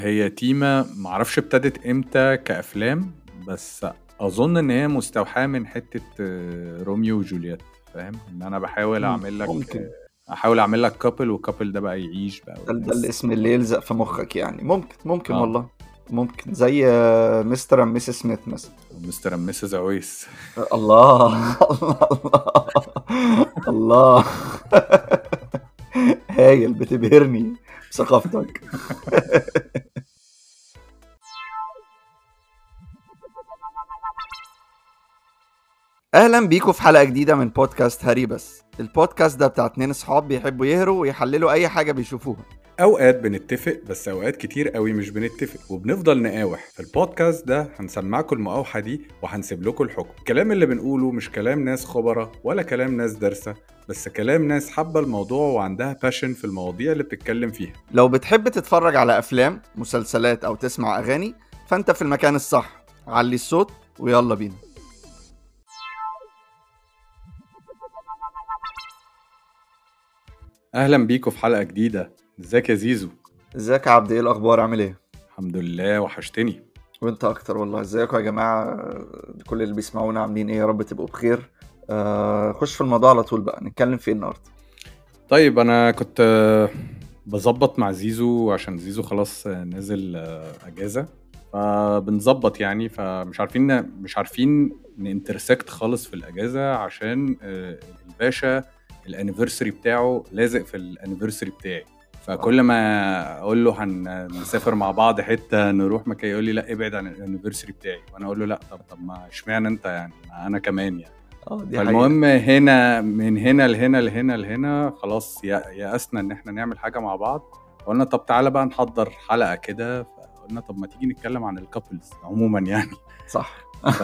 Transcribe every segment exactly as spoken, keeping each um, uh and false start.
هي تيمة معرفش ابتدت امتى كأفلام، بس أظن إن هي مستوحاة من حتة آه، روميو وجولييت. فاهم إن أنا بحاول مم، أعمل لك ممكن. أحاول أعمل لك كابل، والكابل ده بقى يعيش بقى ده, ده والناس. الاسم اللي يلزق في مخك يعني. ممكن ممكن اه والله. ممكن زي آه، مستر اند ميسيس سميث مثلا. مستر اند ميسيس اويس. الله الله الله. هايل، بتبهرني بثقافتك. اهلا بيكم في حلقه جديده من بودكاست هاري بس. البودكاست ده بتاع اتنين اصحاب بيحبوا يهروا ويحللوا اي حاجه بيشوفوها. اوقات بنتفق، بس اوقات كتير قوي مش بنتفق وبنفضل نقاوح. في البودكاست ده هنسمعكم المقاوحة دي وهنسيب لكم الحكم. الكلام اللي بنقوله مش كلام ناس خبرة ولا كلام ناس دارسة، بس كلام ناس حابة الموضوع وعندها باشن في المواضيع اللي بتتكلم فيها. لو بتحب تتفرج على افلام، مسلسلات او تسمع اغاني، فانت في المكان الصح. علي الصوت ويلا بينا. اهلا بيكم في حلقة جديدة. ازيك يا زيزو؟ ازيك يا عبد؟ ايه الاخبار؟ عامل ايه؟ الحمد لله، وحشتني. وانت اكتر والله. ازيكم يا جماعه؟ كل اللي بيسمعونا عاملين ايه؟ يا رب تبقوا بخير. آه خش في الموضوع على طول بقى. نتكلم في ايه النهارده؟ طيب انا كنت آه، بظبط مع زيزو عشان زيزو خلاص آه، نازل آه، اجازة، فبنظبط يعني. فمش عارفين مش عارفين نانترسكت خالص في الاجازة، عشان آه، الباشا الانيفرساري بتاعه لازق في الانيفرساري بتاعي. فكل ما اقول له هنسافر مع بعض حته نروح مكان، يقول لي لا ابعد عن الانيفرساري بتاعي، وانا اقول له لا. طب طب ما اشمعنى انت يعني؟ ما انا كمان يعني. اه دي حقيقه. فالمهم هنا من هنا لهنا لهنا لهنا خلاص يا- يأسنا ان احنا نعمل حاجه مع بعض. قلنا طب تعالى بقى نحضر حلقه كده. فقلنا طب ما تيجي نتكلم عن الكابلز عموما يعني. صح. ف...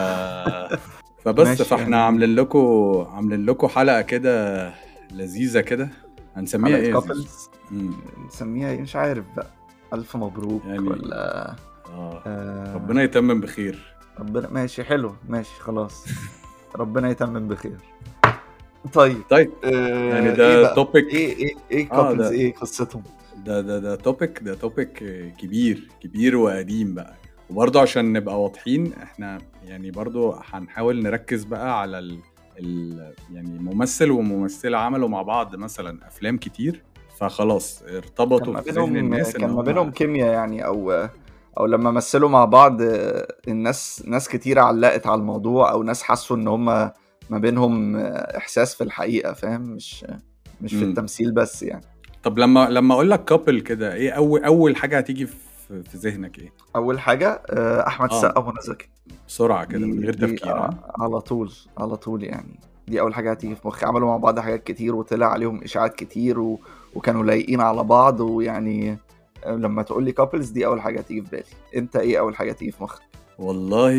فبس ماشي فاحنا يعني. عاملين لكم عاملين لكم حلقه كده لذيذه كده. هنسميها حلقه ايه يا زيزو؟ كابلز. مم. نسميها ايه؟ مش عارف بقى. الف مبروك يعني ولا اه آه ربنا يتمم بخير. ربنا. ماشي حلو، ماشي خلاص. ربنا يتمم بخير. طيب. طيب يعني آه ايه ده بقى؟ توبيك. ايه ايه ايه اه كابلز؟ ده ايه قصتهم؟ ده ده ده توبيك ده توبيك كبير كبير وقديم بقى. وبرضه عشان نبقى واضحين، احنا يعني برضه هنحاول نركز بقى على ال ال يعني ممثل وممثلة عملوا مع بعض مثلا افلام كتير، فخلاص كان ارتبطوا ما في ذهن بينهم الناس ان كان ما بينهم هم. كيمياء يعني، او او لما مثلوا مع بعض. آه، الناس ناس كتير علقت على الموضوع، او ناس حسوا ان هم ما بينهم آه، احساس في الحقيقة. فاهم؟ مش مش في مم. التمثيل بس يعني. طب لما لما اقول لك كابل كده، ايه اول اول حاجة هتيجي في في ذهنك ايه؟ اول حاجة آه، احمد اه السقا ومنى زكي. بسرعة كده من دي غير دي تفكير، ها؟ آه، على طول على طول يعني. دي اول حاجة هتيجي في مخي. عملوا مع بعض حاجات كتير وطلع عليهم اشاعات كتير و... وكانوا لايقين على بعض، ويعني آه، لما تقول لي كابلز دي اول حاجة هتيجي في بالي. انت ايه اول حاجة هتيجي في مخك؟ والله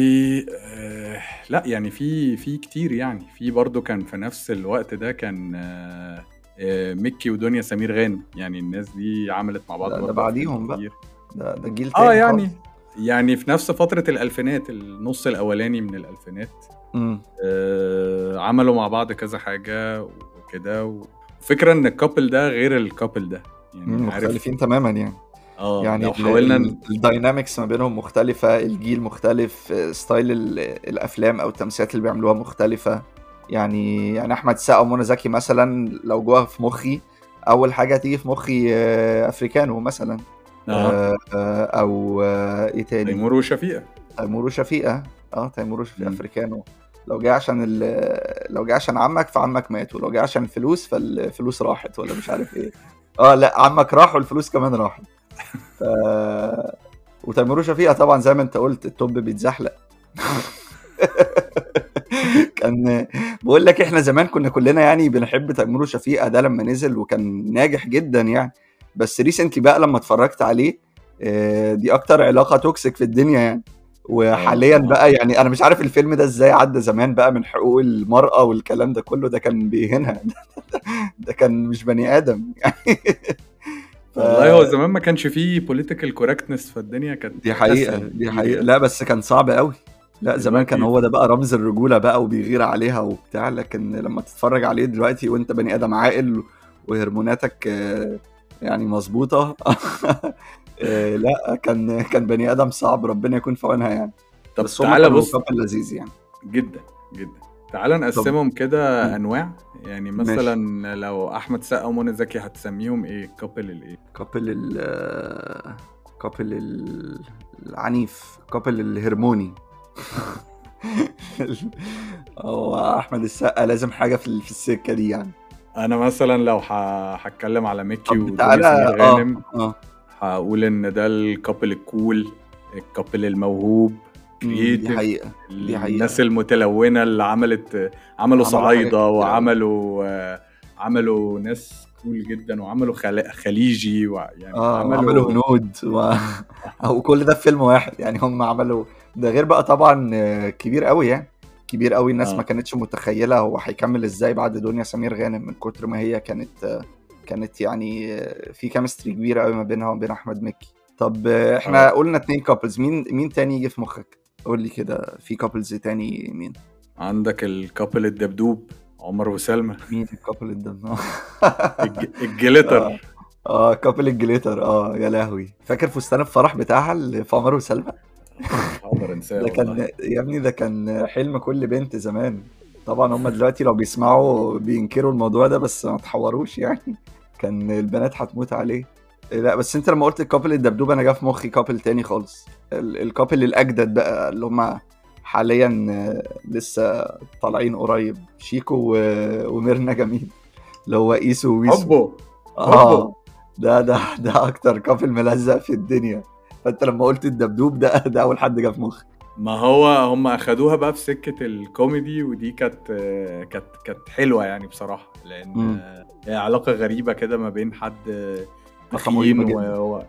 آه لا يعني في في كتير يعني. في برضو كان في نفس الوقت ده كان آه آه ميكي ودنيا سمير غانم. يعني الناس دي عملت مع بعض ده, ده برضو افلام بعديهم بقى. كتير. ده, ده جيل اه تاني يعني خالص. يعني في نفس فترة الألفينات، النص الأولاني من الألفينات. امم آه عملوا مع بعض كذا حاجة وكده. وفكرة ان الكابل ده غير الكابل ده، يعني عارف. مختلفين تماما يعني. اه يعني لو حاولنا. الداينامكس ما بينهم مختلفة، الجيل مختلف، آه، ستايل ال- الأفلام أو التمثيلات اللي بيعملوها مختلفة. يعني يعني أحمد السقا ومنى زكي مثلا لو جوه في مخي، أول حاجة هتيجي في مخي آه، أفريكانو مثلا. اه آه، آه، أو آه، إيه تاني؟ تيمور وشفيقة. تيمور وشفيقة. اه تيمور وشفيقة مم. أفريكانو. لو جه عشان ال- لو جه عشان عمك فعمك مات، ولو جه عشان الفلوس فالفلوس راحت، ولا مش عارف ايه. اه لا، عمك راح والفلوس كمان راحت. ف... وتيمور وشفيقة طبعا زي ما انت قلت التوب بيتزحلق. كان بقول لك احنا زمان كنا كلنا يعني بنحب تيمور وشفيقة ده لما نزل وكان ناجح جدا يعني. بس ريسنتلي بقى لما اتفرجت عليه، آه، دي اكتر علاقة توكسيك في الدنيا يعني. اه وحاليا طبعا. بقى يعني انا مش عارف الفيلم ده ازاي عدى زمان بقى من حقوق المرأة والكلام ده كله. ده كان بيهينها. ده كان مش بني ادم يعني. ف والله هو زمان ما كانش فيه political correctness، فالدنيا كانت دي حقيقة اسهل دي بكتير حقيقة. يعني. لا بس كان صعب قوي. لا زمان كان دلوقتي هو ده بقى رمز الرجولة بقى وبيغير عليها وبتاع. لكن لما تتفرج عليه دلوقتي وانت بني ادم عاقل وهرموناتك آه، يعني مظبوطه. آه، لا كان كان بني ادم صعب، ربنا يكون في عونها يعني. طب بس هما تعالى كانوا بص، كابل لذيذ يعني. جدا جدا. تعالى طب نقسمهم كده م- انواع. يعني ماشي. مثلا لو احمد سقا ومنى زكي هتسميهم ايه؟ كابل الايه؟ كابل ال آه، كابل ال- العنيف، كابل الهرموني. هو احمد السقا لازم حاجه في ال- في السكه دي يعني. انا مثلا لو ه- هتكلم على ميكي طب ودنيا تعالى، سمير اه غانم، اه هقول ان ده الكابل الكول، الكابل الموهوب، امم دي كرييتيف، حقيقه، دي الناس حقيقه. المتلونة اللي عملت، عملوا عملوا حاجات صعايدة، كتير قوي. وعملوا آه، عملوا ناس كول جدا، وعملوا خل- خليجي، ويعني اه وعملوا عملوا هنود و... او كل ده في فيلم واحد يعني. هم عملوا ده غير بقى طبعا آه، كبير قوي يعني. كبير قوي، الناس ما اه كانتش متخيله هو هيكمل ازاي بعد دنيا سمير غانم، من كتر ما هي كانت آه، كانت يعني آه، في كيمستري كبيره قوي ما بينها وبين احمد مكي. طب آه، احنا اه قلنا اتنين كابلز، مين مين تاني يجي في مخك؟ قول لي كده في كابلز تاني مين؟ عندك الكابل الدبدوب، عمر وسلمى. مين الكابل ده؟ الج... الجليتر. اه اه كابل الجليتر، اه يا لهوي، فاكر فستان الفرح بتاعها اللي في عمر وسلمى؟ مش هقدر انساه ده والله. كان يا ابني، ده كان حلم كل بنت زمان. طبعا هم دلوقتي لو بيسمعوا بينكروا الموضوع ده، بس ما تحوروش يعني. كان البنات هتموت عليه. لا بس انت لما قلت الكابل الدبدوب انا جا في مخي كابل تاني خالص. ال- الكابل الاجدد بقى اللي هم حاليا آه، لسه طالعين قريب، شيكو و- وميرنا جميل، اللي هو ايسو وويسو. حبه حبه. اه ده ده ده اكتر كابل ملزق في الدنيا. فانت لما قلت الدبدوب ده ده اول حد جه في مخي. ما هو هم اخدوها بقى في سكة الكوميدي، ودي كانت كانت كانت حلوة يعني بصراحة، لأن امم هي علاقة غريبة كده ما بين حد علاقه مريبه تخين و... جدا. و...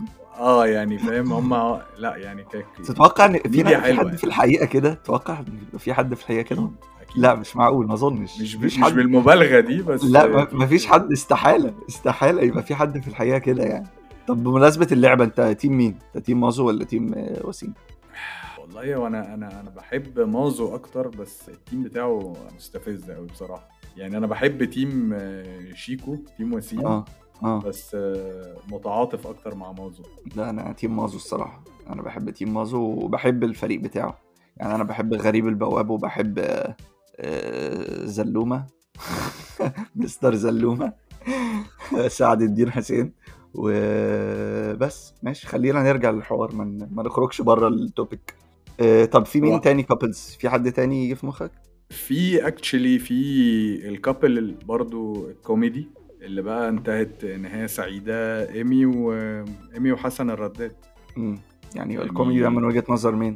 اه يعني فاهم هم. لا يعني كانت تتوقع ان في كوميديا في حلوة حد يعني. في الحقيقه كده؟ تتوقع ان يبقى في حد في الحقيقه كده؟ أكيد أكيد. لا مش معقول، ما اظنش، مش ب... مفيش مش حد. بالمبالغة دي بس لا ما في. ما فيش حد، استحاله استحاله يبقى في حد في الحقيقه كده يعني. طب بمناسبه اللعبه، انت تيم مين؟ انت تيم مازو ولا تيم آه، وسيم؟ والله وانا انا انا بحب مازو اكتر، بس التيم بتاعه مستفز قوي بصراحه. يعني انا بحب تيم آه، شيكو، تيم وسيم، اه اه بس آه، متعاطف اكتر مع مازو. لا انا تيم مازو الصراحه. انا بحب تيم مازو وبحب الفريق بتاعه. يعني انا بحب غريب البواب، وبحب آه، آه، زلومه. مستر زلومه. سعد الدين حسين. وبس ماشي، خلينا نرجع للحوار، ما من... ما نخرجش بره التوبيك. آه، طب في مين هو تاني كابلز؟ في حد تاني يجي في مخك؟ في اكشلي في الكابل برضو الكوميدي اللي بقى انتهت نهايه سعيده، ايمي وايمي وحسن الرداد. مم. يعني الكوميدي ده يعني من وجهة نظر مين؟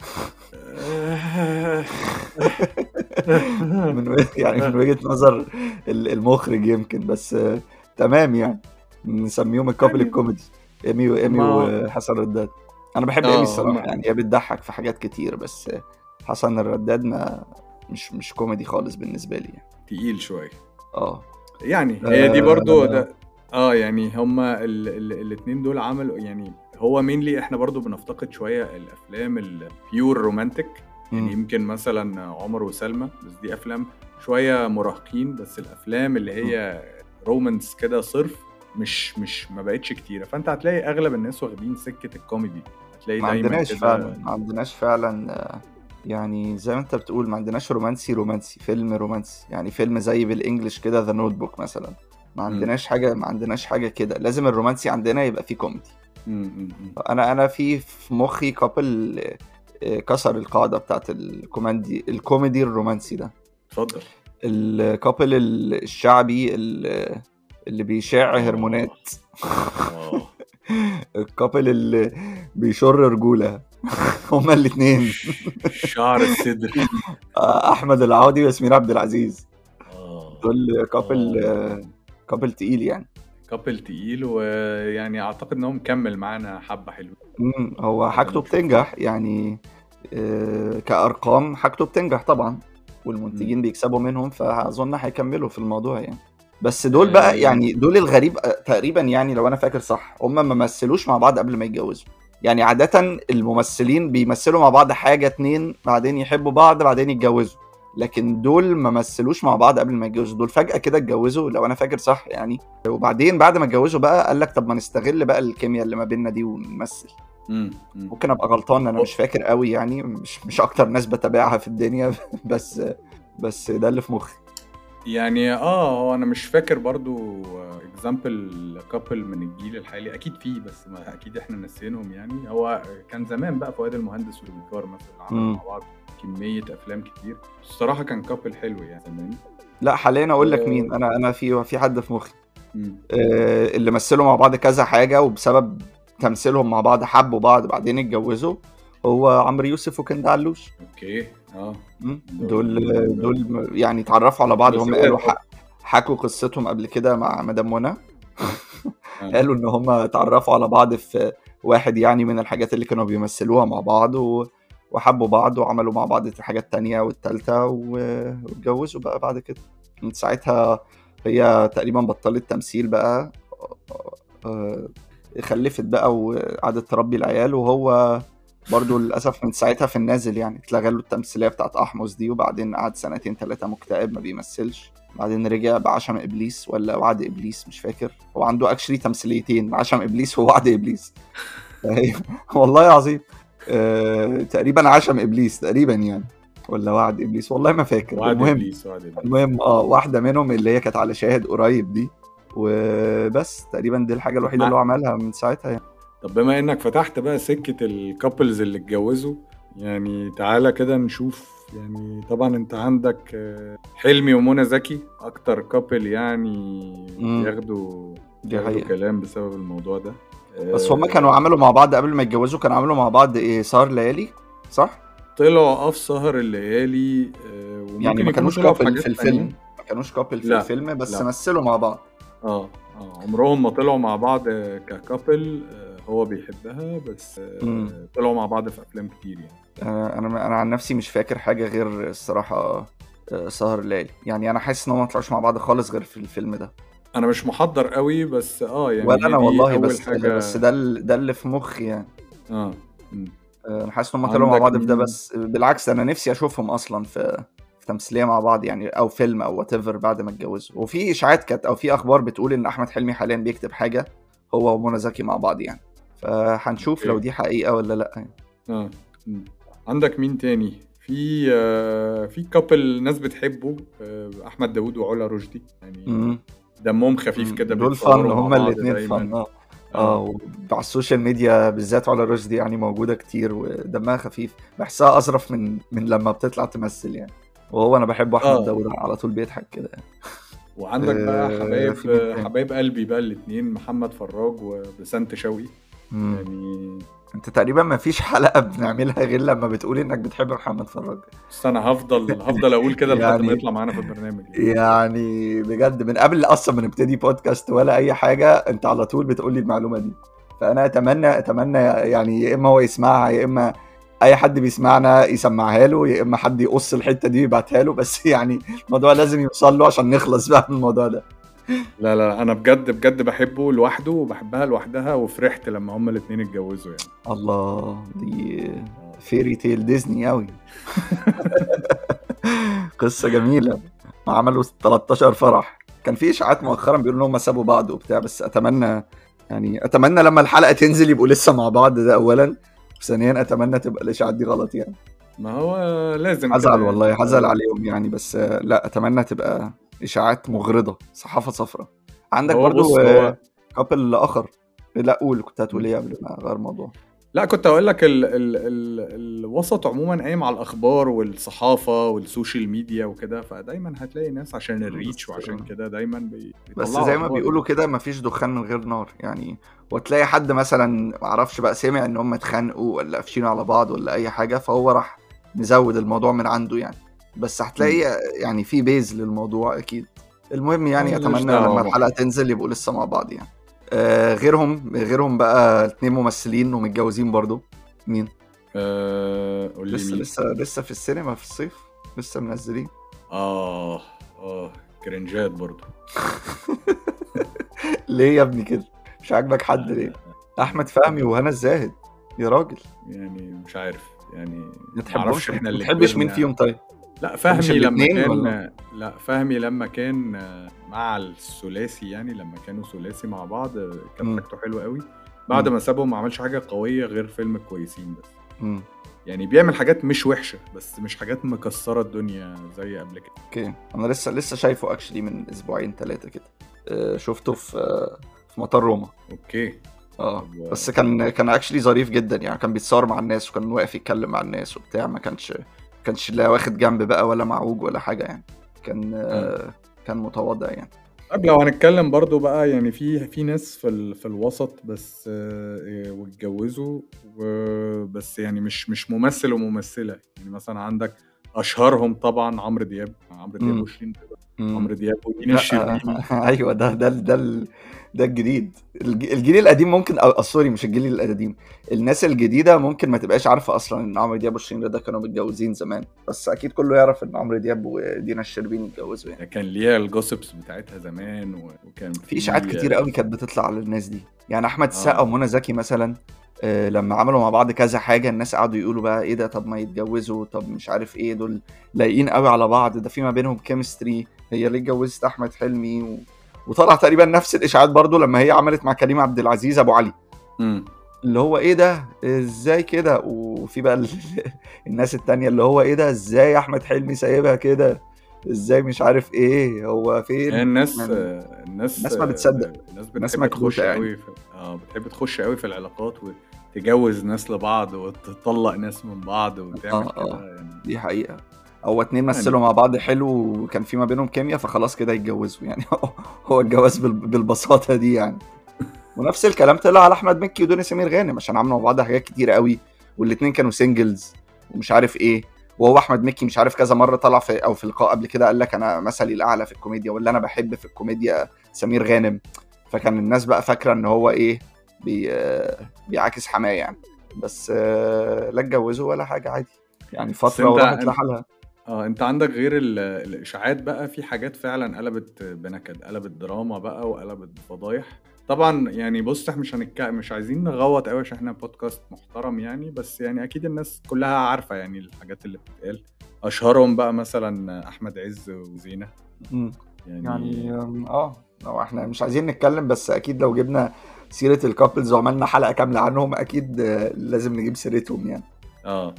من و... يعني من وجهة نظر ال- المخرج يمكن، بس آه، تمام يعني. نسميهم الكابل يعني الكوميدي، ايمي وايمي ما وحسن الرداد. انا بحب ايمي اه الصراحة، هم يعني هي بتضحك في حاجات كتير، بس آه، حسن الرداد ما مش مش كوميدي خالص بالنسبة لي يعني. تقيل شويه. اه يعني هي دي برضو آه، ده. اه يعني هما ال ال الاتنين دول عملوا يعني، هو مينلي احنا برضو بنفتقد شوية الافلام البيور رومانتك. يعني مم. يمكن مثلا عمر وسلمى، بس دي افلام شوية مراهقين، بس الافلام اللي مم. هي رومانس كده صرف مش مش ما بقتش كتيرة. فانت هتلاقي اغلب الناس واخدين سكة الكوميدي، هتلاقي ما دايما عندناش فعلا، كده. ما عندناش فعلا آه، يعني زي ما انت بتقول ما عندناش رومانسي رومانسي فيلم رومانسي، يعني فيلم زي بالانجلش كده ذا نوت بوك مثلا. ما مم. عندناش حاجه، ما عندناش حاجه كده. لازم الرومانسي عندنا يبقى فيه كوميدي. مم. مم. مم. انا انا في في مخي كابل كسر القاعده بتاعت الكوميدي الكوميدي الرومانسي ده. اتفضل. الكابل الشعبي اللي اللي بيشع اه هرمونات. اه الكابل اللي بيشر رجوله. هما الاثنين. شعر الصدر. احمد العوضي وياسمين عبد العزيز. اه دول كابل اه كابل تقيل يعني. كابل تقيل، ويعني اعتقد ان هو مكمل معانا حبه حلوين مم، هو بعد ما حاجته نشوف له. بتنجح يعني. آه، كأرقام حاجته بتنجح طبعا، مم. والمنتجين بيكسبوا منهم، فأظن هيكملوا في الموضوع يعني. بس دول بقى آه، يعني، دول الغريب آه، تقريبا يعني، لو أنا فاكر صح هم ما مثلوش مع بعض قبل ما يتجوزوا. يعني عادة الممثلين بيمثلوا مع بعض حاجة اتنين، بعدين يحبوا بعض، بعدين يتجوزوا. لكن دول ما مثلوش مع بعض قبل ما يتجوزوا، دول فجأة كده اتجوزوا لو انا فاكر صح يعني. وبعدين بعد ما اتجوزوا بقى قال لك طب ما نستغل بقى الكيمياء اللي ما بيننا دي ونمثل. مم. مم. ممكن ابقى غلطان، انا مش فاكر قوي يعني، مش مش اكتر ناس بتابعها في الدنيا بس بس ده اللي في مخي. يعني اه هو انا مش فاكر برضو اكزامبل كابل من الجيل الحالي، اكيد فيه بس ما اكيد احنا نسينهم يعني. هو كان زمان بقى فؤاد المهندس وبيكار مثلا عملوا مم. مع بعض كمية افلام كتير، الصراحة كان كابل حلو يعني زمان. لا حاليا اقول لك مين، آه، انا انا في في حد في مخي مم. آه، اللي مثلوا مع بعض كذا حاجة وبسبب تمثيلهم مع بعض حبوا بعض بعدين اتجوزوا، هو عمرو يوسف وكند علوش. اوكي اه مم. دول دول دول يعني اتعرفوا على بعض، دول هم سواد قالوا برضو. حق حكوا قصتهم قبل كده مع مدام منى. آه. قالوا ان هم اتعرفوا على بعض في واحد يعني من الحاجات اللي كانوا بيمثلوها مع بعض و... وحبوا بعض وعملوا مع بعض الحاجات التانية والتالتة و... واتجوزوا بقى بعد كده. من ساعتها هي تقريبا بطلت تمثيل بقى، آه، خلفت بقى وقعدت تربي العيال، وهو برضو للأسف من ساعتها في النازل يعني، اتلغى له التمثيلية بتاعت أحمس دي، وبعدين قعد سنتين ثلاثة مكتئب ما بيمثلش، بعدين رجع بعشم إبليس ولا وعد إبليس مش فاكر، هو عنده أكشلي تمثيليتين، عشم إبليس ووعد إبليس. والله عظيم. أه... تقريبا عشم إبليس تقريبا يعني، ولا وعد إبليس والله ما فاكر. وعد المهم ابليس وعد ابليس المهم اه واحدة منهم اللي هي كانت على شاهد قريب دي، وبس تقريبا دي الحاجة طب الوحيدة اللي هو ما عملها من ساعتها يعني. طب بما انك فتحت بقى سكة الكابلز اللي اتجوزوا، يعني تعالى كده نشوف. يعني طبعا انت عندك آه، حلمي ومنى زكي اكتر كابل يعني امم بياخدوا دي بياخدوا حقيقة. كلام بسبب الموضوع ده. بس هما كانوا آه، عملوا مع بعض قبل ما يتجوزوا، كانوا عملوا مع بعض ايه، سهر ليالي صح؟ طلعوا اه في سهر الليالي، آه، يعني وممكن ما يكونوا كانوش طلعوا في كابل في حاجات تانية. الفيلم، ما كانوش كابل في لا الفيلم بس لا مثلوا مع بعض. اه اه عمرهم ما طلعوا مع بعض ككابل. آه، هو بيحبها بس امم آه، طلعوا مع بعض في افلام كتير يعني. انا انا أنا عن نفسي مش فاكر حاجة غير الصراحة آه، سهر ليالي، يعني انا حاسس ان هم ما طلعوش مع بعض خالص غير في الفيلم ده. انا مش محضر قوي بس اه يعني ولا هي انا دي والله، اول بس بس حاجة. ده ال- ده اللي في مخي يعني. اه مم. آه، انا حاسس ان هم طلعوا مع عندك بعض في ده، مين؟ بس بالعكس انا نفسي اشوفهم اصلا في في تمثيليه مع بعض يعني، او فيلم او وات ايفر بعد ما اتجوزوا. وفي اشاعات كانت او في اخبار بتقول ان احمد حلمي حاليا بيكتب حاجه هو ومنى زكي مع بعض يعني، فهنشوف لو اوكي دي حقيقه ولا لا يعني. اه مم. عندك مين تاني؟ في آه في كابل ناس بتحبه، آه احمد داوود وعلا رشدي يعني، امم دمهم خفيف أمم، كده دول فن، بيتصوروا مع هما بعض الاتنين فن دايما. اه. اه اه وعلى السوشيال ميديا بالذات على رشدي يعني موجوده كتير ودمها خفيف، بحسها اظرف من من لما بتطلع تمثل يعني. وهو انا بحب احمد اه داوود على طول بيضحك كده يعني. وعندك بقى آه في حبايب مين تاني؟ حبايب قلبي بقى الاتنين، محمد فراج وبسنت شوقي مم. يعني. انت تقريبا ما فيش حلقة بنعملها غير لما بتقول انك بتحب محمد فراج. بس انا هفضل هفضل اقول كده لحد ما يعني يطلع معانا في البرنامج يعني. يعني بجد من قبل اصلا ما نبتدي بودكاست ولا اي حاجة انت على طول بتقول لي المعلومة دي، فانا اتمنى اتمنى يعني يا اما هو يسمعها يا اما اي حد بيسمعنا يسمعها له، يا اما حد يقص الحتة دي ويبعتها له، بس يعني الموضوع لازم يوصل له عشان نخلص بقى من الموضوع ده. لا لا انا بجد بجد بحبه لوحده وبحبها لوحدها، وفرحت لما هما الاتنين اتجوزوا يعني. الله، دي آه. فيري تيل ديزني قوي. قصة جميلة، عملوا تلتاشر فرح. كان في اشاعات مؤخرا بيقولوا ان هم سابوا بعض وبتاع، بس اتمنى يعني اتمنى لما الحلقة تنزل يبقوا لسه مع بعض، ده اولا، ثانيا اتمنى تبقى الاشاعات دي غلط يعني. ما هو لازم كده هزعل يعني. والله، هزعل عليهم يعني، بس آه، لا اتمنى تبقى اشاعات مغرضة، صحافة صفراء. عندك هو برضو بص هو كابل اخر، لا قول كنت هتقول ايه قبل ما اغير الموضوع. لا كنت اقول لك ال ال ال الوسط عموما قايم على الاخبار والصحافه والسوشيال ميديا وكده، فدايما هتلاقي ناس عشان الريتش بس وعشان كده دايما بي- بس بيطلعوا زي ما اخبار بيقولوا يعني. كده مفيش دخان من غير نار يعني، وتلاقي حد مثلا معرفش بقى سمع ان هم اتخانقوا ولا قافشين على بعض ولا اي حاجه، فهو راح مزود الموضوع من عنده يعني، بس مم. هتلاقي يعني في بيز للموضوع اكيد. المهم اه يعني ملناش اتمنى دعوه لما بقى. الحلقه تنزل يبقوا لسه مع بعض يعني. آه غيرهم غيرهم بقى اتنين ممثلين ومتجوزين برضو. مين؟ آه قول لي لسه مين. لسه لسه في السينما في الصيف، لسه منزلين. اه اه كرنجات برضو. ليه يا ابني كده؟ مش عاجبك حد لا ليه؟ لا احمد فهمي لا وهنا الزاهد، يا راجل يعني مش عارف يعني. ما معرفش تحبهمش، احنا ما اللي تحبش مين كبرنا. فيهم طيب؟ لا مش فهمي لما الاثنين ولا؟ كان لا فهمي لما كان آه، مع الثلاثي، يعني لما كانوا ثلاثي مع بعض آه، كانت مم. حاجته حلوه قوي. بعد مم. ما سابهم ما عملش حاجه قويه غير فيلم كويسين بس. مم. يعني بيعمل حاجات مش وحشه، بس مش حاجات مكسره الدنيا زي قبل كده. اوكي، انا لسه لسه شايفه اكشلي من اسبوعين ثلاثه كده. آه، شفته في آه، في مطار روما. اوكي. اه طب بس كان كان اكشلي ظريف جدا يعني، كان بيتصور مع الناس وكان واقف يتكلم مع الناس وبتاع، ما كانش كانش لا واخد جنب بقى ولا معوج ولا حاجه يعني، كان آه، كان متواضع يعني. طب لو هنتكلم برضو بقى، يعني في في ناس في ال في الوسط بس آه، واتجوزوا وبس، يعني مش مش ممثل وممثلة. يعني مثلا عندك أشهرهم طبعا عمرو دياب عمرو دياب مم. وشيرين رضا. مم. عمرو دياب ودينا لا الشربيني. ايوه، ده ده ده ال- ده الجديد. الج- الجيل القديم ممكن، أو سوري مش الجيل القديم، الناس الجديده ممكن ما تبقاش عارفه اصلا ان عمرو دياب وشيرين رضا كانوا متجوزين زمان، بس اكيد كله يعرف ان عمرو دياب ودينا الشربيني اتجوزوا يعني. كان ليها الجوسبس بتاعتها زمان و- وكان في اشاعات كتير آه، قوي كانت بتطلع على الناس دي يعني، احمد السقا اه ومنى زكي مثلا. آه، لما عملوا مع بعض كذا حاجه الناس قعدوا يقولوا بقى ايه ده، طب ما يتجوزوا، طب مش عارف ايه، دول لايقين قوي على بعض، ده في ما بينهم كيمستري، هي ليه اتجوزت احمد حلمي و... وطلع تقريبا نفس الاشاعات برضو لما هي عملت مع كريم عبد العزيز ابو علي، امم اللي هو ايه ده ازاي كده، وفي بقى ال... الناس التانية اللي هو ايه ده ازاي احمد حلمي سايبها كده، ازاي مش عارف ايه هو فين الناس يعني. آه، الناس الناس ما آه، بتصدق، الناس الناس بتحب تخش مكبوتة يعني. قوي في اه بتحب تخش قوي في العلاقات وتجوز ناس لبعض وتطلق ناس من بعض وتعمل اه اه كده يعني. دي حقيقة، هو اتنين يعني مثلوا مع بعض حلو وكان في ما بينهم كيمياء فخلاص كده يتجوزوا يعني. هو الجواز بال- بالبساطة دي يعني. ونفس الكلام طلع على احمد مكي ودنيا سمير غانم عشان عملوا مع بعض حاجات كتير قوي، والاتنين كانوا سingles ومش عارف ايه، وهو احمد مكي مش عارف كذا مرة طلع في او في لقاء قبل كده قال لك انا مثلي الاعلى في الكوميديا، واللي انا بحب في الكوميديا سمير غانم، فكان الناس بقى فاكرة ان هو ايه بي آه، بيعاكس حماية يعني، بس آه، لا اتجوزوا ولا حاجة عادي يعني، بس فترة انت وراحت انت لحالها. اه انت عندك غير ال- الاشاعات بقى، في حاجات فعلا قلبت بنكد، قلبت دراما بقى وقلبت فضايح. طبعا يعني بص احنا مش هنك... مش عايزين نغوط قوي عشان احنا بودكاست محترم يعني، بس يعني اكيد الناس كلها عارفة يعني الحاجات اللي بتتقال. اشهرهم بقى مثلا احمد عز وزينة مم. يعني. يعني آم، اه لو احنا مش عايزين نتكلم، بس اكيد لو جبنا سيرة الكابلز وعملنا حلقة كاملة عنهم اكيد آه، لازم نجيب سيرتهم يعني. اه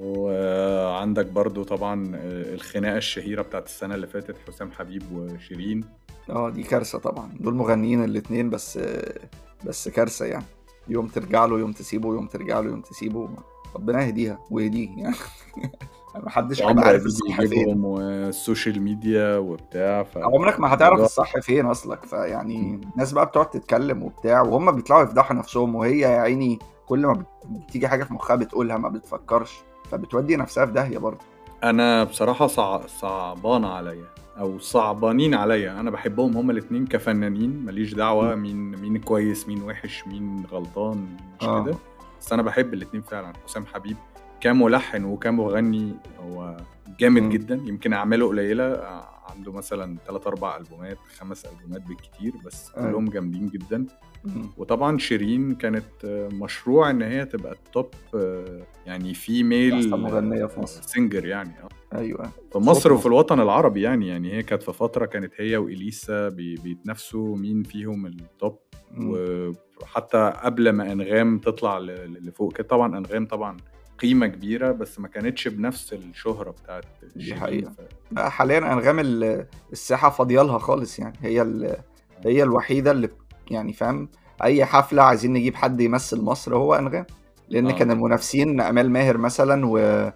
وعندك برضو طبعا آه، الخناقة الشهيرة بتاعت السنة اللي فاتت، حسام حبيب وشيرين. اه دي كارثة طبعا، دول مغنيين الاتنين بس آه، بس كارثة يعني، يوم ترجع له يوم تسيبه، يوم ترجع له يوم تسيبه، ربنا يهديها ويهديه يعني. محدش هيبقى وعمرو عارف اديب الصح فين، يجيبهم والسوشيال ميديا وبتاع، عمرك ما هتعرف فالموضوع الصح فين اصلك، فيعني الناس بقى بتقعد تتكلم وبتاع وهم بيطلعوا يفضحوا نفسهم، وهي يا عيني كل ما بت- بتيجي حاجة في مخها بتقولها ما بتفكرش، فبتودي نفسها في داهية برضه. انا بصراحة صع... صعبان عليا او صعبانين عليا. انا بحبهم هما الاتنين كفنانين، ماليش دعوة مين مين كويس مين وحش مين غلطان، مش اه كده. بس انا بحب الاتنين فعلا. حسام حبيب كملحن وكمغني هو جامد مم. جدا، يمكن اعماله قليلة، عنده مثلا ثلاثة أربعة ألبومات خمس ألبومات بالكتير، بس أيوة. كلهم جامدين جدا. مم. وطبعا شيرين كانت آه، مشروع ان هي تبقى التوب آه، يعني احسن فيميل مغنية في مصر. سينجر يعني آه. ايوه في مصر صوت وفي الوطن العربي يعني. يعني هي كانت في فترة كانت هي وإليسا بي- بيتنافسوا مين فيهم التوب. مم. وحتى قبل ما أنغام تطلع ل- ل- لفوق كده، طبعا أنغام طبعا قيمة كبيرة بس ما كانتش بنفس الشهرة بتاعت دي شيرين. حقيقة. ف... بقى حاليا انغام ال- الساحة فاضيالها خالص يعني، هي ال... هي الوحيدة اللي بت- يعني فاهم، اي حفلة عايزين نجيب حد يمثل مصر هو انغام، لان آه. كان المنافسين امال ماهر مثلا و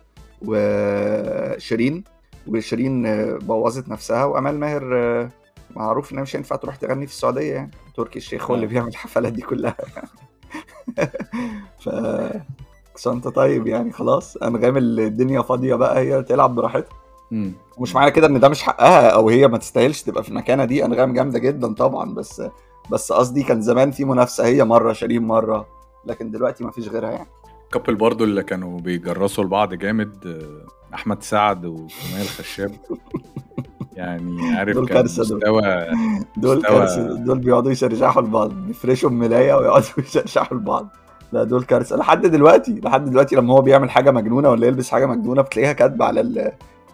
وشيرين، وشيرين آه، بوظت نفسها، وامال ماهر آه، معروف انها مش هينفع تروح تغني في السعودية يعني، تركي الشيخ هو اللي آه. بيعمل الحفلات دي كلها. ف انت طيب يعني خلاص انغام الدنيا فاضية بقى، هي تلعب براحتها، مم. ومش معنى كده ان ده مش حقها او هي ما تستاهلش تبقى في المكانه دي، انغام جامده جدا طبعا، بس بس قصدي كان زمان في منافسه، هي مره شيرين مره، لكن دلوقتي ما فيش غيرها يعني. كابل برضو اللي كانوا بيجرسوا لبعض جامد آه، احمد سعد وسمية الخشاب. يعني عارف دول كان كارثه، دول مستوى دول مستوى كارثه، دول بيقعدوا يشرشحوا لبعض، بيفرشوا الملايه ويقعدوا يشرشحوا لبعض، لا دول كارثه لحد دلوقتي، لحد دلوقتي لما هو بيعمل حاجه مجنونه ولا يلبس حاجه مجنونه بتلاقيها كاتبه على ال...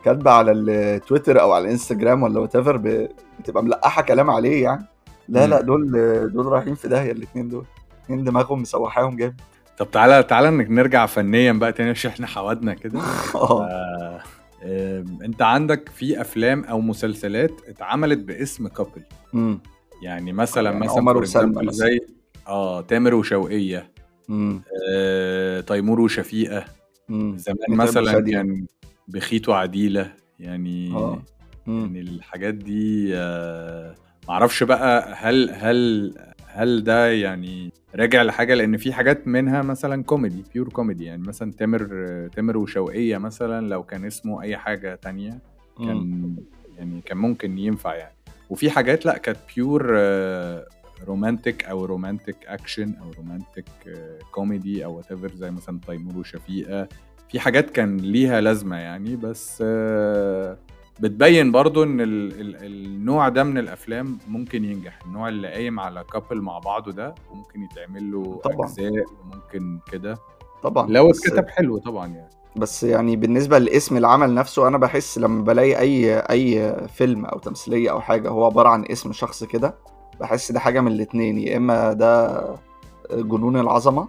كاتبه على التويتر او على الانستجرام ولا وات ايفر، بتبقى ملقحه كلام عليه يعني. لا لا، دول دول رايحين في داهيه الاثنين دول، اتنين دماغهم مسوحاهم جامد. طب تعالى تعالى نرجع فنيا بقى تاني عشان احنا حودنا كده. اه انت عندك في افلام او مسلسلات اتعملت باسم كابل، امم يعني مثلا يعني مثلا عمر فور وسلمى اكزامبل مثلا. زي اه تامر وشوقية، امم آه، تيمور وشفيقة. امم زمان متعب مثلا وشاديه. كان بخيت وعديلة يعني. اه امم يعني الحاجات دي آه، معرفش بقى هل هل هل ده يعني راجع لحاجة، لأن في حاجات منها مثلا كوميدي بيور كوميدي، يعني مثلا تامر تامر وشوقية مثلا لو كان اسمه أي حاجة تانية امم كان يعني كان ممكن ينفع يعني. وفي حاجات لأ كانت بيور رومانتك أو رومانتك أكشن أو رومانتك كوميدي أو whatever، زي مثلا تيمور وشفيقة. في حاجات كان ليها لازمة يعني، بس آه، بتبين برضو ان ال ال النوع ده من الافلام ممكن ينجح، النوع اللي قايم على كابل مع بعضه ده وممكن يتعمل له طبعا اجزاء وممكن كده طبعا. لو بس اتكتب حلو طبعا يعني. بس يعني بالنسبه لاسم العمل نفسه، انا بحس لما بلاقي اي اي فيلم او تمثيليه او حاجه هو عباره عن اسم شخص كده، بحس ده حاجه من الاتنين، يا اما ده جنون العظمه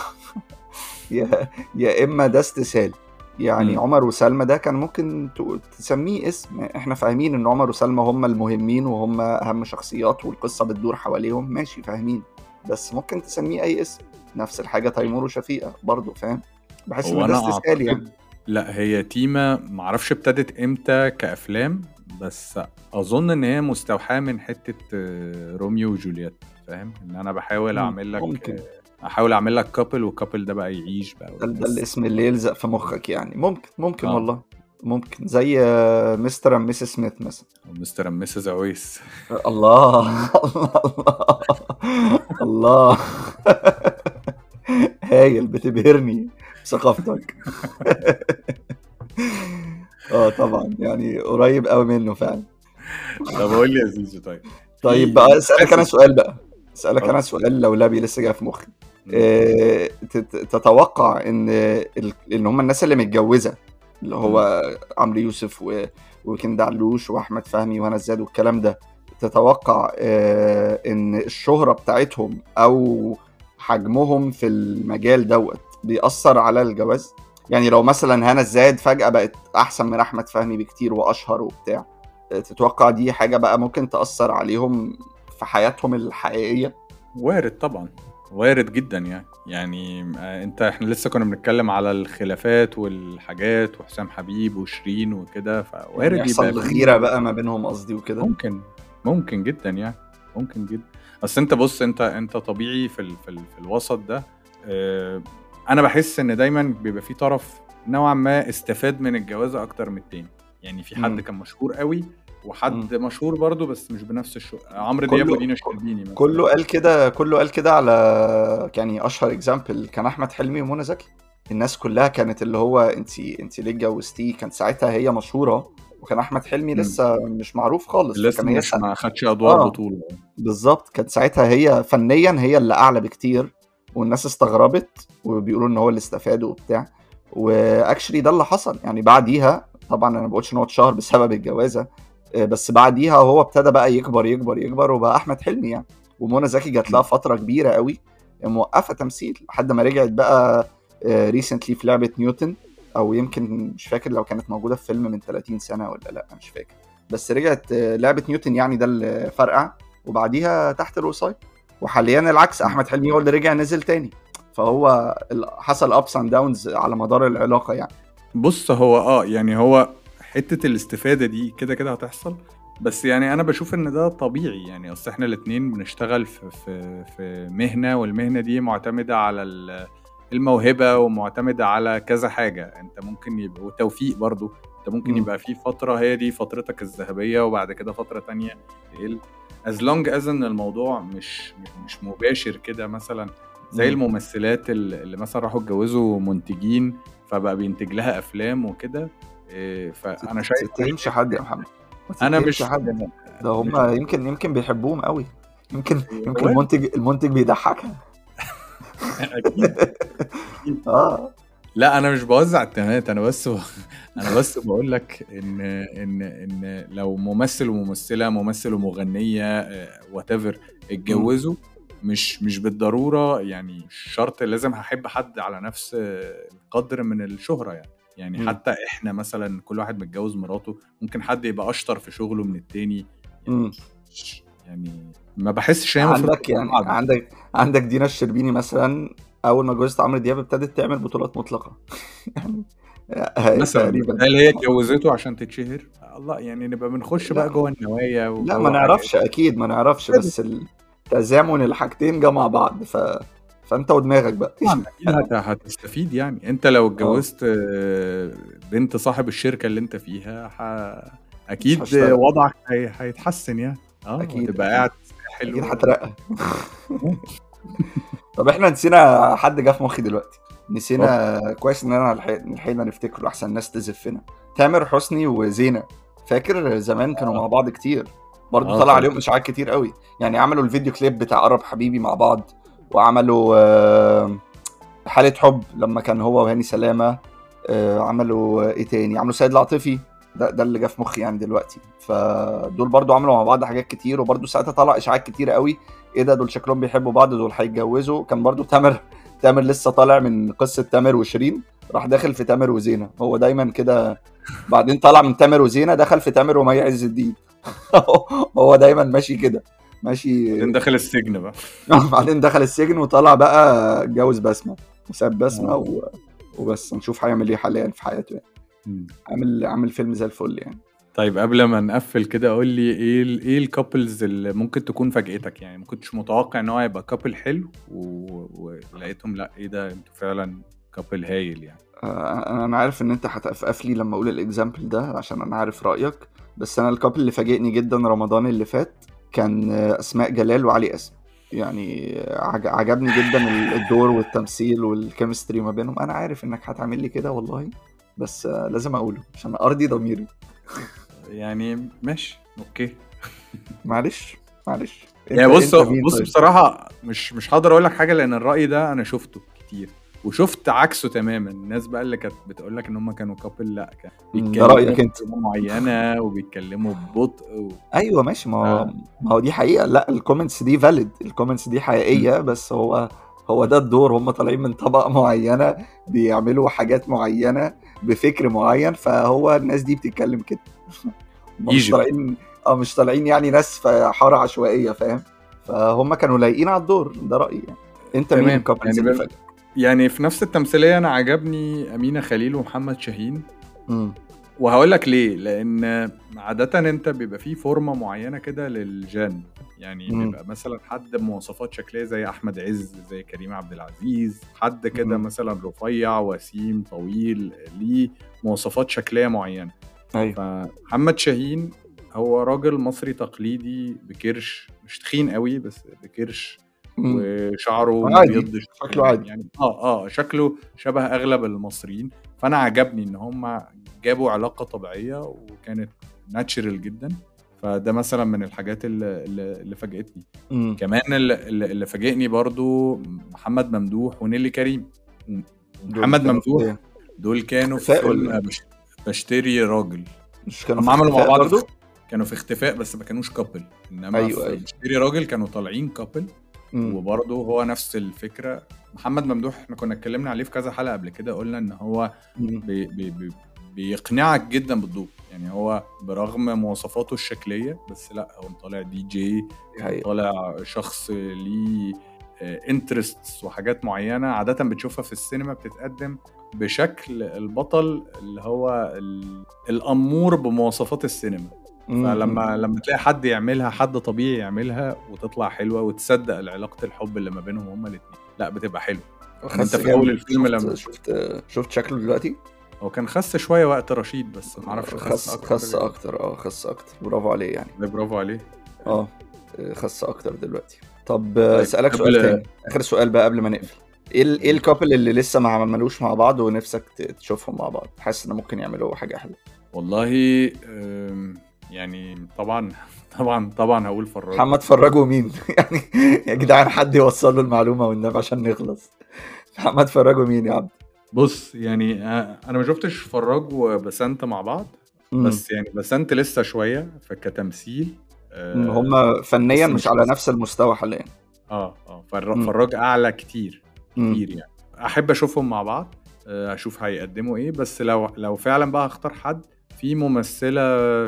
يا يا اما ده استسهال. يعني مم. عمر وسلمى ده كان ممكن ت- تسميه اسم، احنا فاهمين ان عمر وسلمى هم المهمين وهم اهم شخصيات والقصه بتدور حواليهم، ماشي فاهمين، بس ممكن تسميه اي اسم. نفس الحاجه تيمور وشفيقة برضو، فاهم؟ بحس هو ان ده انا استسهال يعني. اعتقد لا، هي تيمة معرفش ابتدت امتى كافلام، بس اظن ان هي مستوحاة من حتة آه، روميو وجولييت، فاهم ان انا بحاول مم، اعمل لك ممكن. آه، احاول اعمل لك كابل، والكابل ده بقى يعيش بقى ده, ده والناس. الاسم اللي يلزق في مخك يعني، ممكن ممكن اه والله. ممكن زي آه، مستر اند ميسيس سميث مثلا. مستر اند مسز عويس. الله الله الله هايل، بتبهرني بثقافتك. اه طبعا، يعني قريب قوي منه فعلا. طب قول لي يا زيزو، طيب طيب في بقى انت اسالك انا حاسس سؤال بقى، اسالك انا اتفضل. سؤال لولبي لسه جاي في مخي. مم. إيه، تت- تتوقع ان ال- ان هم الناس اللي متجوزه، اللي مم. هو عمرو يوسف و... وكند علوش واحمد فهمي وهنا الزاد والكلام ده، تتوقع آه، ان الشهرة بتاعتهم او حجمهم في المجال دوت بيأثر على الجواز؟ يعني لو مثلا هنا الزاد فجأة بقت احسن من احمد فهمي بكتير واشهر وبتاع، آه، تتوقع دي حاجة بقى ممكن تأثر عليهم في حياتهم الحقيقية؟ وارد طبعا، وارد جدا يعني. يعني آه، انت احنا لسه كنا بنتكلم على الخلافات والحاجات وحسام حبيب وشيرين وكده، يعني فوارد يبقى يحصل غيرة فيه. بقى ما بينهم قصدي وكده. ممكن ممكن جدا يعني، ممكن جدا. اصل انت بص، انت انت طبيعي في ال في, ال في الوسط ده. اه انا بحس ان دايما بيبقى في طرف نوعا ما استفاد من الجوازة اكتر من التاني. يعني في حد امم كان مشهور قوي امم وحد مشهور برضه بس مش بنفس الشو. عمرو دياب كله ودينا الشربيني مثلا. كله قال كده، كله قال كده على يعني اشهر اكزامبل كان احمد حلمي ومنى زكي. الناس كلها كانت اللي هو انت انت ليه اتجوزتيه، كان ساعتها هي مشهوره وكان احمد حلمي مم. لسه مش معروف خالص، لسه فكان هي مش سا... ما خدش ادوار اه بطولة. بالظبط، كانت ساعتها هي فنيا هي اللي اعلى بكتير، والناس استغربت وبيقولوا ان هو اللي استفاد وبتاع. واكشلي ده اللي حصل يعني بعديها. طبعا انا ما بقولش ان هو اتشهر بسبب الجوازه، آه، بس بعديها هو ابتدى بقى يكبر يكبر يكبر وبقى احمد حلمي يعني. ومنى زكي جات لها مم. فتره كبيره قوي موقفه تمثيل لحد ما رجعت بقى ريسنتلي في لعبه نيوتن، او يمكن مش فاكر لو كانت موجوده في فيلم من ثلاثين سنه ولا لا، مش فاكر. بس رجعت آه، لعبه نيوتن يعني، ده اللي فرقع. وبعديها تحت الوصاية. وحاليا العكس، مم. احمد حلمي هو اللي رجع نزل تاني. فهو ال- حصل ابس اند داونز على مدار العلاقه يعني. بص هو اه يعني هو حتة الاستفادة دي كده كده هتحصل، بس يعني انا بشوف ان ده طبيعي يعني. اصل احنا الاتنين بنشتغل في في في مهنة، والمهنة دي معتمدة على ال- الموهبة ومعتمدة على كذا حاجة. انت ممكن يبقى والتوفيق برضو، انت ممكن مم. يبقى في فترة هي دي فترتك الذهبية وبعد كده فترة تانية تقل. as long as ان الموضوع مش مش مباشر كده، مثلا زي مم. الممثلات اللي اللي مثلا راحوا اتجوزوا منتجين فبقى بينتج لها افلام وكده. إيه، فانا تت- شايف انا تتهمش شايف حد يا محمد، ما انا تتهمش مش حد. ده مش هم يمكن يمكن بيحبوهم قوي. يمكن يمكن وارد. المنتج المنتج بيضحكها. اكيد اكيد. اه لا انا مش بوزع التهمات، انا بس ب... انا بس بقول لك ان ان ان لو ممثل وممثله، ممثل ومغنيه وات ايفر مم. اتجوزوا، مش مش بالضروره يعني مش شرط لازم هحب حد على نفس القدر من الشهره يعني. يعني مم. حتى احنا مثلا كل واحد متجوز مراته، ممكن حد يبقى اشطر في شغله من التاني يعني. مم. مش- يعني ما بحسش ان هي المفروض عندك تبقى يعني قاعده. عندك عندك دينا الشربيني مثلا، اول ما اتجوزت عمرو دياب ابتدت تعمل بطولات مطلقه. يعني هي مثلا تقريبا. هل هي اتجوزته عشان تتشهر؟ الله، يعني نبقى بنخش بقى لا جوه النوايا لا ما وجوه حاجات نعرفش، اكيد ما نعرفش، كده. بس التزامن الحاجتين جا مع بعض، ف فانت ودماغك بقى. طبعا اكيد هت- هتستفيد يعني. انت لو اه اتجوزت آه، بنت صاحب الشركه اللي انت فيها ح... مش اكيد هشتغل. وضعك هي... هيتحسن يعني. اه اكيد وهتبقى اكيد قاعد اكيد حلو. هترقى. طب احنا نسينا حد جه في مخي دلوقتي، اتفضل. نسينا. كويس ان انا لحق- لحقنا نفتكره، احسن ناس تزفنا. تامر حسني وزينة، فاكر زمان كانوا اه مع بعض كتير، برضو اه طلع طبعا. عليهم اشاعات كتير قوي. يعني عملوا الفيديو كليب بتاع قرب حبيبي مع بعض، وعملوا آه، حالة حب لما كان هو وهاني سلامة. آه، عملوا ايه تاني، عملوا سيد العاطفي. ده ده اللي جه في مخي يعني دلوقتي. فدول برضو عملوا مع بعض حاجات كتير، وبرضو ساعتها طلع اشاعات كتير قوي. ايه ده، دول شكلهم بيحبوا بعض، دول هيتجوزوا. كان برضو تامر تامر لسه طالع من قصة تامر وشيرين، راح داخل في تامر وزينة. هو دايما كده، بعدين طلع من تامر وزينة دخل في تامر ومي عز الدين. هو دايما ماشي كده، ماشي. بعدين دخل السجن بقى. بعدين دخل السجن وطلع بقى اتجوز بسمة، وساب بسمة اه. و... وبس. نشوف هيعمل ايه حاليا في حياته يعني. مم. عامل عامل فيلم زي الفل يعني. طيب قبل ما نقفل كده، قول لي ايه ال ايه الكابلز اللي ممكن تكون فاجأتك يعني، ما كنتش متوقع ان هو يبقى كابل حلو و- ولقيتهم لا ايه ده انتوا فعلا كابل هايل يعني. آه، انا عارف ان انت هتقفقف لي لما اقول الاكزامبل ده، عشان انا عارف رايك. بس انا الكابل اللي فاجئني جدا رمضان اللي فات كان آه، اسماء جلال وعلي اسم. يعني آه، عج- عجبني جدا ال- الدور والتمثيل والكيمستري ما بينهم. انا عارف انك هتعمل لي كده والله، بس آه، لازم اقوله عشان ارضي ضميري. يعني ماشي اوكي. معلش معلش. انت يعني بص انت مين بص طيب؟ بصراحة مش مش هقدر اقول لك حاجة، لان الرأي ده انا شفته كتير وشفت عكسه تماما. الناس بقى اللي كانت بتقول لك ان هم كانوا كابل، لا كان مم، ده بيتكلموا رايك انت. بكلمة معينة وبيتكلموا ببطء و... ايوه ماشي، ما هو آه. ما هو دي حقيقه. لا الكومنتس دي فاليد، الكومنتس دي م. حقيقيه، بس هو هو ده الدور. هم طالعين من طبقه معينه، بيعملوا حاجات معينه بفكر معين، فهو الناس دي بتتكلم كده. هم مش ايجيبت. طالعين اه مش طالعين يعني ناس في حاره عشوائيه، فاهم؟ فهم كانوا لايقين على الدور ده، رايي يعني. انت مين تمام الكابلز يعني اللي ب... فجاه؟ يعني في نفس التمثيلية انا عجبني أمينة خليل ومحمد شاهين. امم وهقول لك ليه، لان عادة انت بيبقى فيه فورمة معينة كده للجان. يعني امم بيبقى مثلا حد بمواصفات شكليه زي احمد عز، زي كريم عبد العزيز، حد كده مثلا رفيع وسيم طويل ليه مواصفات شكليه معينه. ايوه. فمحمد شاهين هو راجل مصري تقليدي بكرش، مش تخين قوي بس بكرش، امم وشعره عادي، مبيض شكله شوية. عادي. يعني اه اه شكله شبه اغلب المصريين. فانا عجبني ان هم جابوا علاقة طبيعية وكانت ناتشرال جدا. فده مثلا من الحاجات اللي, اللي اللي فاجئتني. امم كمان اللي, اللي فاجئني برضو محمد ممدوح ونيلي كريم. دول محمد كانوا في ممدوح ايه؟ دول كانوا في اختفاء ولا فيلم ايه؟ بش- بشتري راجل. مش كانوا هم في عملوا مع اختفاء بعض في برضو؟ كانوا في اختفاء بس ما كانوش كابل. انما ايوه في ايوه. بشتري راجل كانوا طالعين كابل. امم وبرضه هو نفس الفكرة. محمد ممدوح احنا كنا اتكلمنا عليه في كذا حلقة قبل كده، قلنا ان هو امم بي بي بي بيقنعك جدا بالضوء. يعني هو برغم مواصفاته الشكلية بس لا، هو طالع دي جي، دي حقيقة. طالع شخص ليه انترستس وحاجات معينة عادة بتشوفها في السينما بتتقدم بشكل البطل اللي هو ال- الأمور بمواصفات السينما. امم فلما لما تلاقي حد يعملها، حد طبيعي يعملها وتطلع حلوة وتصدق العلاقة الحب اللي ما بينهم هما الاتنين، لا بتبقى حلوة. يعني انت خس في اول جامد. الفيلم شفت لما شفت شفت شكله دلوقتي. هو كان خس شوية وقت رشيد، بس ما اعرفش خس خس اكتر خس يعني. اكتر اه خس اكتر، برافو عليه يعني. برافو عليه. اه خس اكتر دلوقتي. طب آه، طيب اسالك سؤال قبل تاني، اخر سؤال بقى قبل ما نقفل. ايه ال- ايه الكابل اللي لسه ما عملوش مع بعض ونفسك ت- تشوفهم مع بعض، حاسس ان ممكن يعملوا حاجه حلوه؟ والله أم، يعني طبعا طبعا طبعا هقول فراج. محمد فراج ومين؟ يعني يا جدعان حد يوصل له المعلومه والنبي عشان نخلص. محمد فراج ومين يا عبد؟ بص يعني آه، انا ما شفتش فراج وبسنت مع بعض، مم. بس يعني بسنت لسه شويه فكتمثيل مم. آه، هما فنيا لسه مش مش على لسه نفس المستوى حاليا. اه اه فر- مم. فراج اعلى كتير مم. كتير يعني. احب اشوفهم مع بعض، آه، اشوف هيقدموا ايه. بس لو لو فعلا بقى هختار حد، في ممثله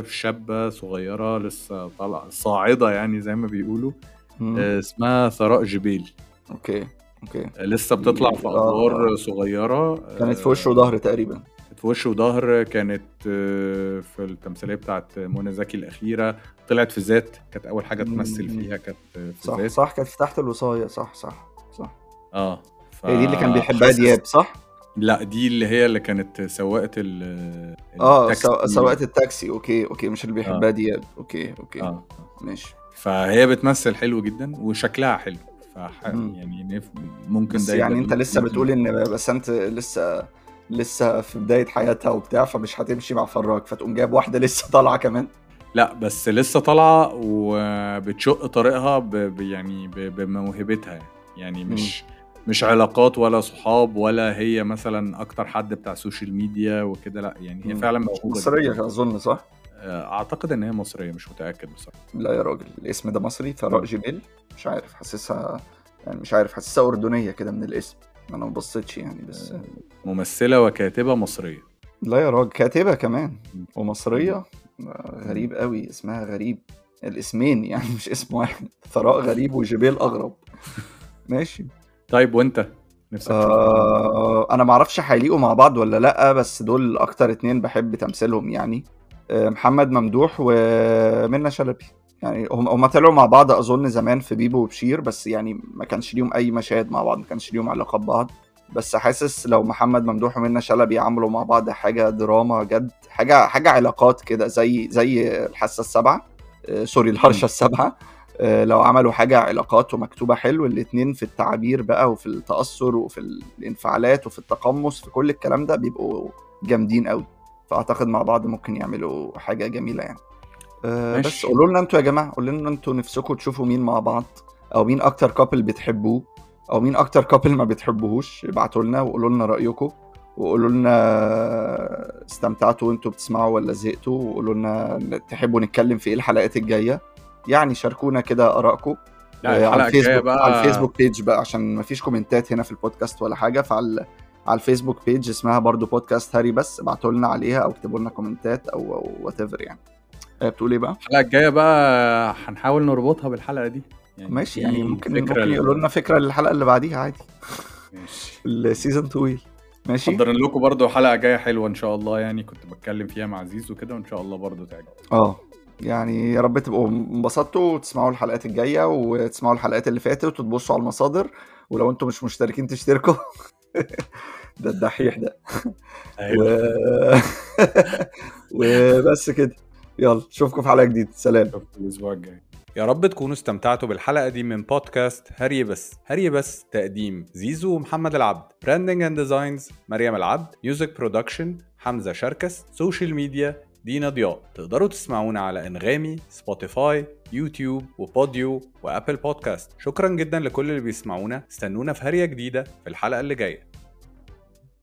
شابه صغيره لسه طالعه صاعده يعني زي ما بيقولوا، مم. آه، اسمها ثراء جبيل. اوكي اوكي. آه، لسه بتطلع دي في اه ادوار صغيره. كانت في وش آه، وظهر تقريبا. في وش وظهر كانت آه، في التمثيليه بتاعت منى زكي الاخيره. طلعت في ذات، كانت اول حاجه تمثل مم. فيها كانت في صح ذات. صح، كانت في تحت الوصاية. صح صح صح. اه هي دي اللي كان بيحبها فحاسس. دياب صح؟ لا، دي اللي هي اللي كانت سواقة ال- اه سو... التاكسي. سواقة التاكسي. اوكي اوكي، مش اللي اه بيحبها دياب. اوكي اوكي اه ماشي. فهي بتمثل حلو جدا وشكلها حلو. فح مم. يعني نف- ممكن بس ده يبقى يعني انت ليه لسه ليه بتقول فيه. ان بسنت لسه لسه في بداية حياتها وبتاع، فمش هتمشي مع فراج، فتقوم جايب واحدة لسه طالعة كمان. لا بس لسه طالعة وبتشق طريقها ب... ب- يعني ب... بموهبتها يعني. يعني مم. مش مش علاقات ولا صحاب ولا هي مثلا اكتر حد بتاع سوشيال ميديا وكده. لا يعني هي مم. فعلا مش موهوبة جدا. مصرية أظن صح؟ اعتقد ان هي مصرية، مش متأكد بصراحة. لا يا راجل، الاسم ده مصري، ثراء مم. جبيل. مش عارف، حاسسها يعني مش عارف، حاسسها أردنية كده من الاسم. أنا ما بصيتش يعني بس. ممثلة وكاتبة مصرية. لا يا راجل، كاتبة كمان مم. ومصرية. آه، غريب قوي اسمها، غريب الاسمين يعني مش اسم واحد. ثراء غريب وجبيل أغرب. ماشي. طيب وانت نفسك تشوفهم مع بعض؟ آه انا معرفش هيليقوا مع بعض ولا لا، بس دول اكتر اتنين بحب تمثيلهم يعني. آه محمد ممدوح ومنى شلبي. يعني هم هم طلعوا مع بعض اظن زمان في بيبو وبشير، بس يعني ما كانش ليهم اي مشاهد مع بعض، ما كانش ليهم علاقه ببعض. بس حاسس لو محمد ممدوح ومنى شلبي عملوا مع بعض حاجه دراما جد، حاجه حاجه علاقات كده، زي زي الحاسه السابعه. آه سوري، الهرشه مم. السابعه. آه، لو عملوا حاجة علاقات ومكتوبة حلو، الاتنين في التعبير بقى وفي التأثر وفي الانفعالات وفي التقمص، في كل الكلام ده بيبقوا جامدين قوي. فأعتقد مع بعض ممكن يعملوا حاجة جميلة يعني. أه بس ماشي. قولوا لنا انتوا يا جماعة، قولوا لنا انتوا نفسكم تشوفوا مين مع بعض، او مين اكتر كابل بتحبوه، او مين اكتر كابل ما بتحبوهوش. ابعتوا لنا وقولوا لنا رأيكم، وقولوا لنا استمتعتوا وانتوا بتسمعوا ولا زهقتوا، وقولوا لنا تحبوا نتكلم في ايه الحلقات الجاية. يعني شاركونا كده آرائكم. لا آه، على الحلقة الجاية الفيسبوك على بقى. الفيسبوك بيج بقى، عشان مفيش كومنتات هنا في البودكاست ولا حاجة. فعلى على الفيسبوك بيج اسمها برضو بودكاست هاري بس، ابعتوا لنا عليها او اكتبوا لنا كومنتات او او وات ايفر يعني. آه، بتقول ايه بقى؟ الحلقة الجاية بقى هنحاول نربطها بالحلقة دي. يعني ماشي، يعني في ممكن فكرة ممكن يقولوا ال... لنا فكرة للحلقة اللي بعديها عادي. ماشي. السيزون طويل. ماشي. محضرين لكم برضو حلقة جاية حلوة ان شاء الله. يعني كنت بتكلم فيها مع عزيز وكده، وان شاء الله برضو تعجب. اه يعني يا رب تبقوا انبسطتوا وتسمعوا الحلقات الجاية وتسمعوا الحلقات اللي فاتت وتبصوا على المصادر، ولو انتم مش مشتركين تشتركوا. ده الدحيح ده. و... ايوه. وبس كده. يلا اشوفكم في حلقة جديدة. سلام. اشوفكم الاسبوع الجاي. يا رب تكونوا استمتعتوا بالحلقة دي من بودكاست هري بس. هري بس تقديم زيزو ومحمد العبد، براندنج اند ديزاينز مريم العبد، ميوزك برودكشن حمزة شركس، سوشيال ميديا دينا ضياء. تقدروا تسمعونا على انغامي، سبوتيفاي، يوتيوب وبوديو وابل بودكاست. شكرا جدا لكل اللي بيسمعونا. استنونا في هرية جديدة في الحلقة اللي جاية.